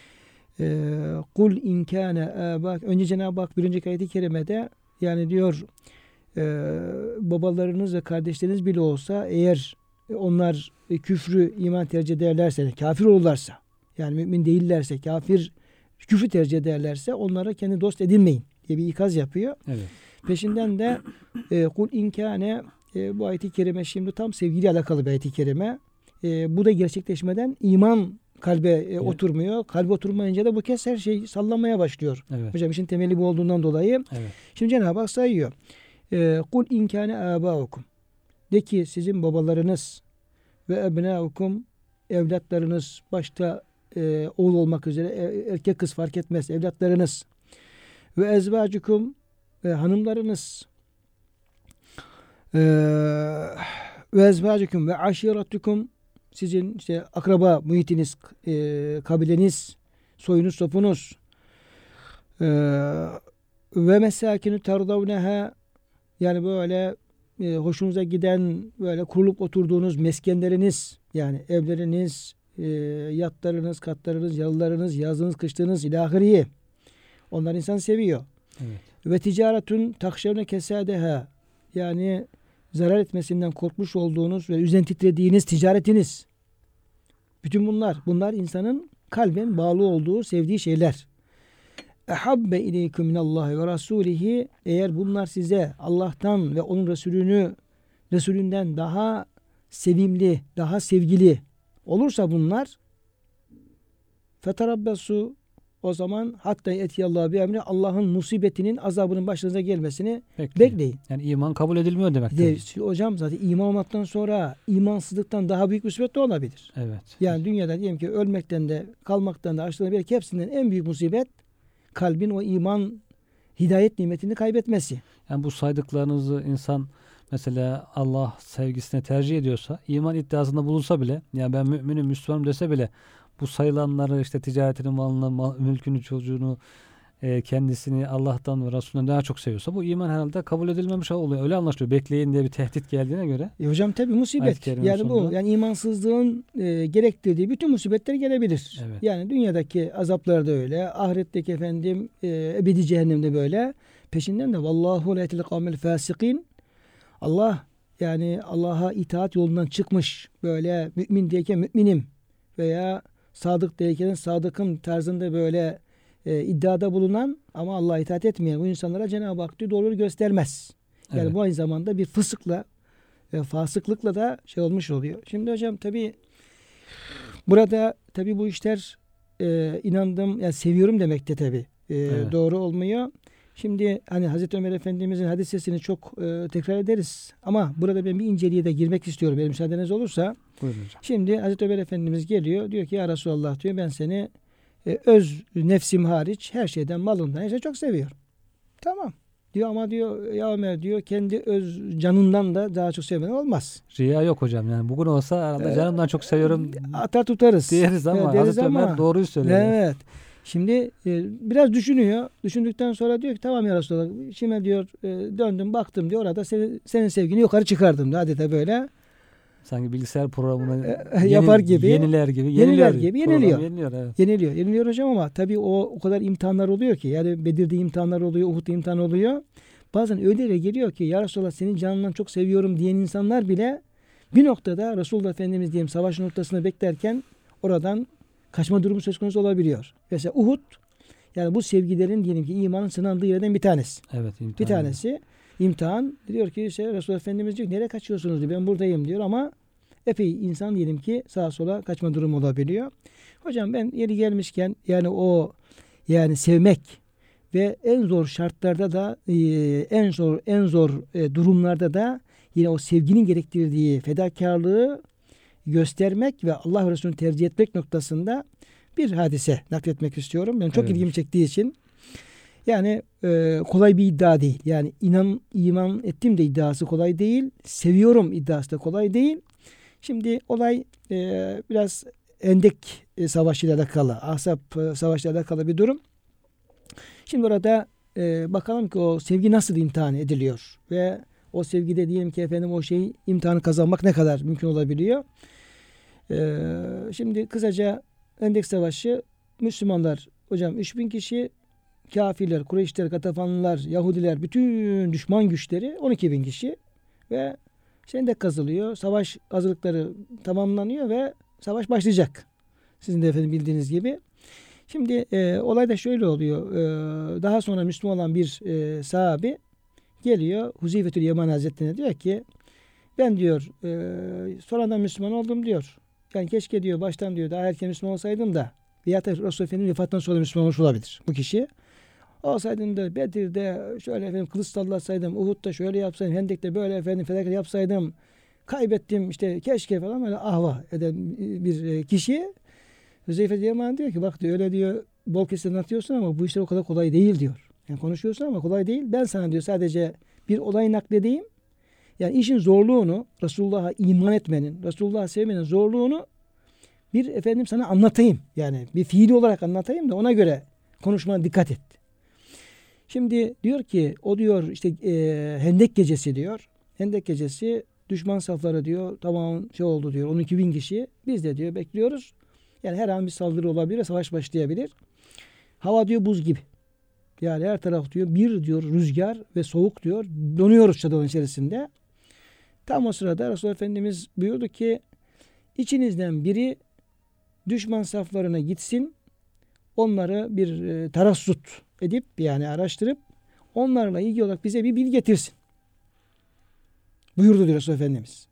Ee, Kul inkâne âbâk. Önce Cenab-ı Hak bir önceki ayet-i kerimede yani diyor e, babalarınız ve kardeşleriniz bile olsa eğer onlar e, küfrü iman tercih ederlerse, kafir olurlarsa, yani mümin değillerse, kafir küfrü tercih ederlerse onlara kendi dost edinmeyin diye bir ikaz yapıyor. Evet. Peşinden de e, kul inkâne e, bu ayet-i kerime şimdi tam sevgiyle alakalı bir ayet-i kerime. E, bu da gerçekleşmeden iman kalbe e, Evet. oturmuyor. Kalbe oturmayınca da bu kez her şey sallanmaya başlıyor. Evet. Hocam işin temeli bu olduğundan dolayı. Evet. Şimdi Cenab-ı Hak sayıyor. E, kul inkâne âbâukum. De ki sizin babalarınız ve ebnâukum, evlatlarınız, başta e, oğul olmak üzere e, erkek kız fark etmez, evlatlarınız ve ezvacukum, e, hanımlarınız e, ve ezvacukum ve aşiretukum, sizin işte akraba muhitiniz, e, kabileniz, soyunuz, sopunuz e, ve mesakinu terdavneha, yani böyle e, hoşunuza giden böyle kurulup oturduğunuz meskenleriniz, yani evleriniz, e, yatlarınız, katlarınız, yalılarınız, yazınız, kışlığınız ilahiriye. Onlar insan seviyor. Evet. Ve ticaretun takşevne kesadeha, yani zarar etmesinden korkmuş olduğunuz ve üzerine titrediğiniz ticaretiniz. Bütün bunlar, bunlar insanın kalben bağlı olduğu, sevdiği şeyler. Ehabbe ileyküm minallahi ve rasulihi, eğer bunlar size Allah'tan ve onun Resulünü Resulünden daha sevimli, daha sevgili olursa bunlar, feterabbesu, O zaman hatta etiyallahu bi emri, Allah'ın musibetinin, azabının başınıza gelmesini Bekleyin. bekleyin. Yani iman kabul edilmiyor demek. De, hocam zaten iman olmaktan sonra imansızlıktan daha büyük musibet de olabilir. Evet. Yani dünyada diyelim ki ölmekten de, kalmaktan da, açlığından belki hepsinden en büyük musibet kalbin o iman, hidayet nimetini kaybetmesi. Yani bu saydıklarınızı insan mesela Allah sevgisine tercih ediyorsa, iman iddiasında bulunsa bile, yani ben müminim, Müslümanım dese bile, bu sayılanları işte ticaretini, malını, mal, mülkünü, çocuğunu, e, kendisini Allah'tan ve Resulünden daha çok seviyorsa bu iman herhalde kabul edilmemiş oluyor. Öyle anlaşılıyor. Bekleyin diye bir tehdit geldiğine göre. E hocam tabii musibet. Yani bu yani imansızlığın e, gerektirdiği bütün musibetler gelebilir. Evet. Yani dünyadaki azaplar da öyle. Ahiretteki efendim e, ebedi cehennemde böyle. Peşinden de vallahu la yehdil kavmel fasikin. Allah yani Allah'a itaat yolundan çıkmış, böyle mümin diyeken müminim veya sadık diyeken sadıkım tarzında böyle e, iddiada bulunan ama Allah'a itaat etmeyen bu insanlara Cenab-ı Hak diyor doğruyu göstermez. Yani Evet. bu aynı zamanda bir fısıkla e, fasıklıkla da şey olmuş oluyor. Şimdi hocam tabii burada tabii bu işler e, inandım, yani seviyorum demekte tabii e, Evet. doğru olmuyor. Şimdi hani Hazreti Ömer Efendimizin hadisesini çok e, tekrar ederiz. Ama burada ben bir inceliğe de girmek istiyorum. Benim müsaadeniz olursa. Buyurun hocam. Şimdi Hazreti Ömer Efendimiz geliyor. Diyor ki ya Resulallah diyor, ben seni e, öz nefsim hariç her şeyden, malından, her şeyi çok seviyorum. Tamam. Diyor ama diyor ya Ömer diyor, kendi öz canından da daha çok sevmen olmaz. Riya yok hocam. Yani bugün olsa herhalde Ee, canımdan çok seviyorum Atar tutarız. deriz ama deriz Hazreti ama- Ömer doğruyu söylüyor. Evet. Şimdi e, biraz düşünüyor. Düşündükten sonra diyor ki tamam ya Resulallah. Şimdi diyor e, döndüm baktım diyor, orada senin, senin sevgini yukarı çıkardım diyor, adeta böyle. Sanki bilgisayar programını E, yeni- yapar gibi. Yeniler gibi. Yeniler yeniliyor. gibi Program yeniliyor. yeniliyor, evet. Yeniliyor. Yeniliyor hocam ama tabii o o kadar imtihanlar oluyor ki. Yani Bedir'de imtihanlar oluyor, Uhud'da imtihan oluyor. Bazen öyle yere geliyor ki ya Resulallah senin canından çok seviyorum diyen insanlar bile bir noktada Resulullah Efendimiz diyelim savaş noktasında beklerken oradan kaçma durumu söz konusu olabiliyor. Mesela Uhud, yani bu sevgilerin diyelim ki imanın sınandığı yerden bir tanesi. Evet, imtihan. Bir tanesi imtihan. Diyor ki işte Resulullah Efendimiz diyor nereye kaçıyorsunuz diyor. Ben buradayım diyor ama epey insan diyelim ki sağa sola kaçma durumu olabiliyor. Hocam ben yeri gelmişken yani o yani sevmek ve en zor şartlarda da e, en zor en zor e, durumlarda da yine o sevginin gerektirdiği fedakarlığı göstermek ve Allah Resulü'nü tercih etmek noktasında bir hadise nakletmek istiyorum. Ben çok Evet. ilgimi çektiği için. Yani e, kolay bir iddia değil. Yani inan iman ettim de iddiası kolay değil. Seviyorum iddiası da kolay değil. Şimdi olay e, biraz Hendek e, Savaşı ile alakalı, Ahzab e, Savaşı ile alakalı bir durum. Şimdi orada e, bakalım ki o sevgi nasıl imtihan ediliyor ve o sevgide diyelim ki efendim o şeyi imtihanı kazanmak ne kadar mümkün olabiliyor. E, şimdi kısaca Hendek Savaşı, Müslümanlar hocam üç bin kişi, kafirler, Kureyşler, Gatafanlılar, Yahudiler, bütün düşman güçleri on iki bin kişi ve Hendek kazılıyor. Savaş hazırlıkları tamamlanıyor ve savaş başlayacak. Sizin de efendim bildiğiniz gibi. Şimdi e, olay da şöyle oluyor. E, daha sonra Müslüman olan bir e, sahabi geliyor Huzeyfetül Yaman Hazretleri'ne, diyor ki ben diyor e, sonradan Müslüman oldum diyor. Yani keşke diyor baştan diyor daha erken Müslüman olsaydım da veyahut da Resulullah Efendimiz vefatından sonra Müslüman olmuş olabilir bu kişi. Olsaydım da Bedir'de şöyle efendim kılıç sallatsaydım, Uhud'da şöyle yapsaydım, Hendek'te böyle efendim fedakarlık yapsaydım, kaybettim işte keşke falan böyle ahva eden bir kişi. Huzeyfe Yaman diyor ki bak diyor öyle diyor bol kesin anlatıyorsun ama bu işler o kadar kolay değil diyor. Yani konuşuyorsun ama kolay değil. Ben sana diyor sadece bir olay nakledeyim. Yani işin zorluğunu, Resulullah'a iman etmenin, Resulullah'ı sevmenin zorluğunu bir efendim sana anlatayım. Yani bir fiili olarak anlatayım da ona göre konuşmana dikkat et. Şimdi diyor ki o diyor işte e, Hendek gecesi diyor. Hendek gecesi düşman safları diyor tamam şey oldu diyor on iki bin kişi. Biz de diyor bekliyoruz. Yani her an bir saldırı olabilir, savaş başlayabilir. Hava diyor buz gibi. Yani her taraf diyor bir diyor rüzgar ve soğuk diyor. Donuyoruz çadırın içerisinde. Tam o sırada Resulullah Efendimiz buyurdu ki içinizden biri düşman saflarına gitsin. Onları bir e, tarassut edip yani araştırıp onlarla ilgili olarak bize bir bilgi getirsin. Buyurdu diyor Resulullah Efendimiz.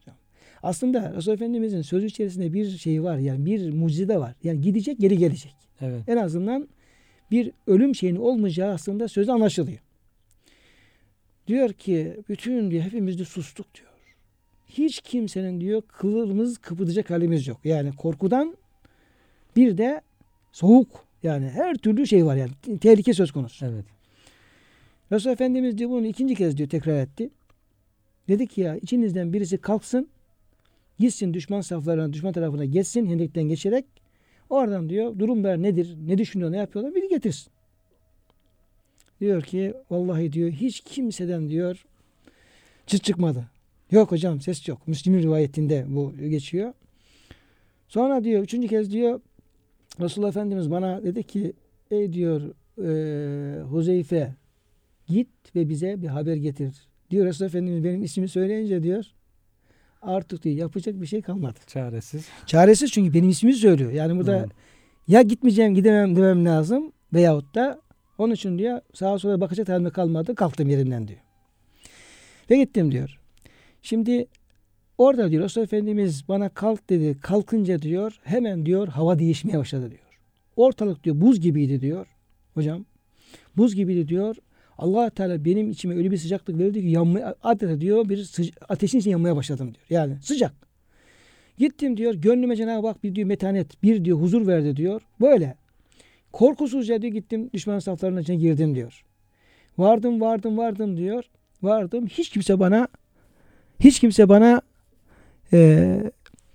Aslında Resulullah Efendimizin sözü içerisinde bir şey var. Yani bir mucize var. Yani gidecek geri gelecek. Evet. En azından bir ölüm şeyinin olmayacağı aslında sözü anlaşılıyor. Diyor ki bütün diyor hepimiz de sustuk diyor. Hiç kimsenin diyor kılımız kıpırdayacak halimiz yok. Yani korkudan bir de soğuk, yani her türlü şey var, yani tehlike söz konusu. Evet. Resulullah Efendimiz diyor bunu ikinci kez diyor tekrar etti. Dedi ki ya içinizden birisi kalksın, gitsin düşman saflarına, düşman tarafına geçsin hendekten geçerek, oradan diyor durumlar nedir, ne düşünüyor, ne yapıyorlar bir getirsin. Diyor ki vallahi diyor hiç kimseden diyor çıt çıkmadı. Yok hocam ses yok. Müslim'in rivayetinde bu geçiyor. Sonra diyor üçüncü kez diyor Resulullah Efendimiz bana dedi ki ey diyor e, Huzeyfe git ve bize bir haber getir. Diyor Resulullah Efendimiz benim ismimi söyleyince diyor artık diyor yapacak bir şey kalmadı. Çaresiz. Çaresiz çünkü benim ismimi söylüyor. Yani burada Hmm. ya gitmeyeceğim gidemem demem lazım veyahut da onun için diyor sağa sola bakacak halim kalmadı, kalktım yerimden diyor. Ve gittim diyor. Şimdi orada diyor Resulullah Efendimiz bana kalk dedi. Kalkınca diyor hemen diyor hava değişmeye başladı diyor. Ortalık diyor buz gibiydi diyor. Hocam buz gibiydi diyor. Allah Teala benim içime öyle bir sıcaklık verdi ki yanmaya, adeta diyor bir sıca- ateşin içinde yanmaya başladım diyor. Yani sıcak. Gittim diyor gönlüme Cenab-ı Hak bir diyor metanet, bir diyor huzur verdi diyor. Böyle. Korkusuzca diyor gittim düşman saflarının içine girdim diyor. Vardım vardım vardım diyor. Vardım. Hiç kimse bana hiç kimse bana e,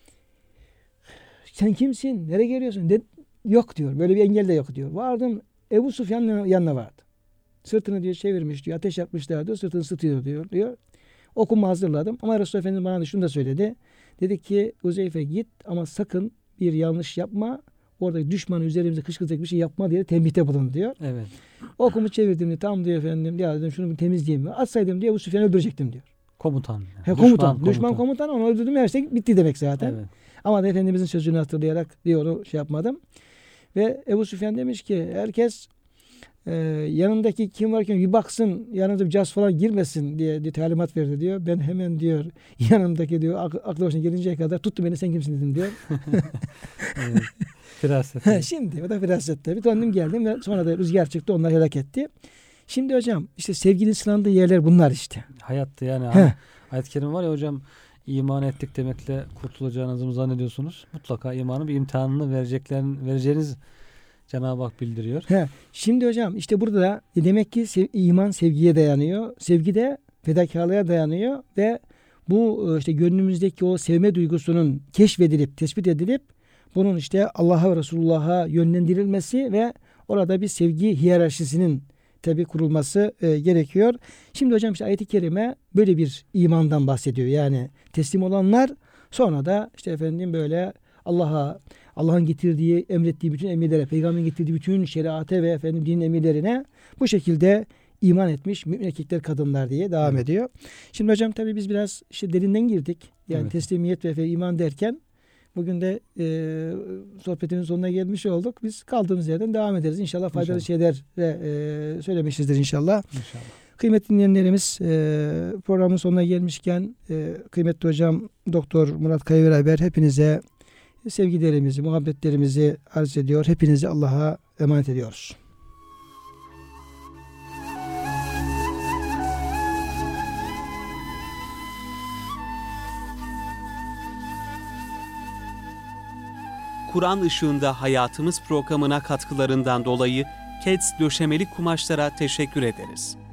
sen kimsin? Nereye geliyorsun? De, yok diyor. Böyle bir engel de yok diyor. Vardım. Ebu Sufyan'ın yanına vardı. Sırtını diyor çevirmiş diyor. Ateş yapmışlar diyor. Sırtını ısıtıyor diyor. diyor. Okumu hazırladım. Ama Resulullah Efendimiz bana şunu da söyledi. Dedi ki Uzeyfe git ama sakın bir yanlış yapma. Orada düşmanı üzerimize kışkırtacak bir şey yapma diye tembihte bulun diyor. Evet. Okumu çevirdim diyor. Tam diyor efendim. Ya dedim şunu bir temizleyeyim. Atsaydım diye Ebu Süfyan'ı öldürecektim diyor. Komutan. Yani. He, komutan. Düşman komutan. Onu öldürdüm. Her şey bitti demek zaten. Evet. Ama da Efendimizin sözünü hatırlayarak diyor onu şey yapmadım. Ve Ebu Süfyan demiş ki herkes e, yanındaki kim varken bir baksın yanında bir cas falan girmesin diye, diye talimat verdi diyor. Ben hemen diyor yanımdaki diyor ak- aklı başına gelinceye kadar tuttu beni sen kimsin dedim diyor. Evet. Firaset. Şimdi o da firasette. Bir döndüm geldim ve sonra da rüzgar çıktı onlar helak etti. Şimdi hocam işte sevginin sınandığı yerler bunlar işte. Hayatta yani Heh. ayet-i kerim var ya hocam, iman ettik demekle kurtulacağınızı mı zannediyorsunuz? Mutlaka imanın bir imtihanını vereceklerini vereceğiniz Cenab-ı Hak bildiriyor. He. Şimdi hocam işte burada da demek ki sev, iman sevgiye dayanıyor. Sevgi de fedakarlığa dayanıyor ve bu işte gönlümüzdeki o sevme duygusunun keşfedilip, tespit edilip bunun işte Allah'a ve Resulullah'a yönlendirilmesi ve orada bir sevgi hiyerarşisinin tabi kurulması e, gerekiyor. Şimdi hocam işte ayet-i kerime böyle bir imandan bahsediyor. Yani teslim olanlar sonra da işte efendim böyle Allah'a, Allah'ın getirdiği, emrettiği bütün emirlere, peygamberin getirdiği bütün şeriate ve efendim dinin emirlerine bu şekilde iman etmiş mümin erkekler, kadınlar diye devam Evet. ediyor. Şimdi hocam tabi biz biraz işte derinden girdik. Yani Evet. teslimiyet ve iman derken bugün de e, sohbetimizin sonuna gelmiş olduk. Biz kaldığımız yerden devam ederiz. İnşallah faydalı İnşallah. şeyler de, e, söylemişizdir inşallah. İnşallah. Kıymetli dinleyenlerimiz e, programın sonuna gelmişken e, kıymetli hocam Doktor Murat Kaya beraber hepinize sevgilerimizi, muhabbetlerimizi arz ediyor. Hepinizi Allah'a emanet ediyoruz. Kur'an Işığında Hayatımız programına katkılarından dolayı Keds Döşemeli Kumaşlara teşekkür ederiz.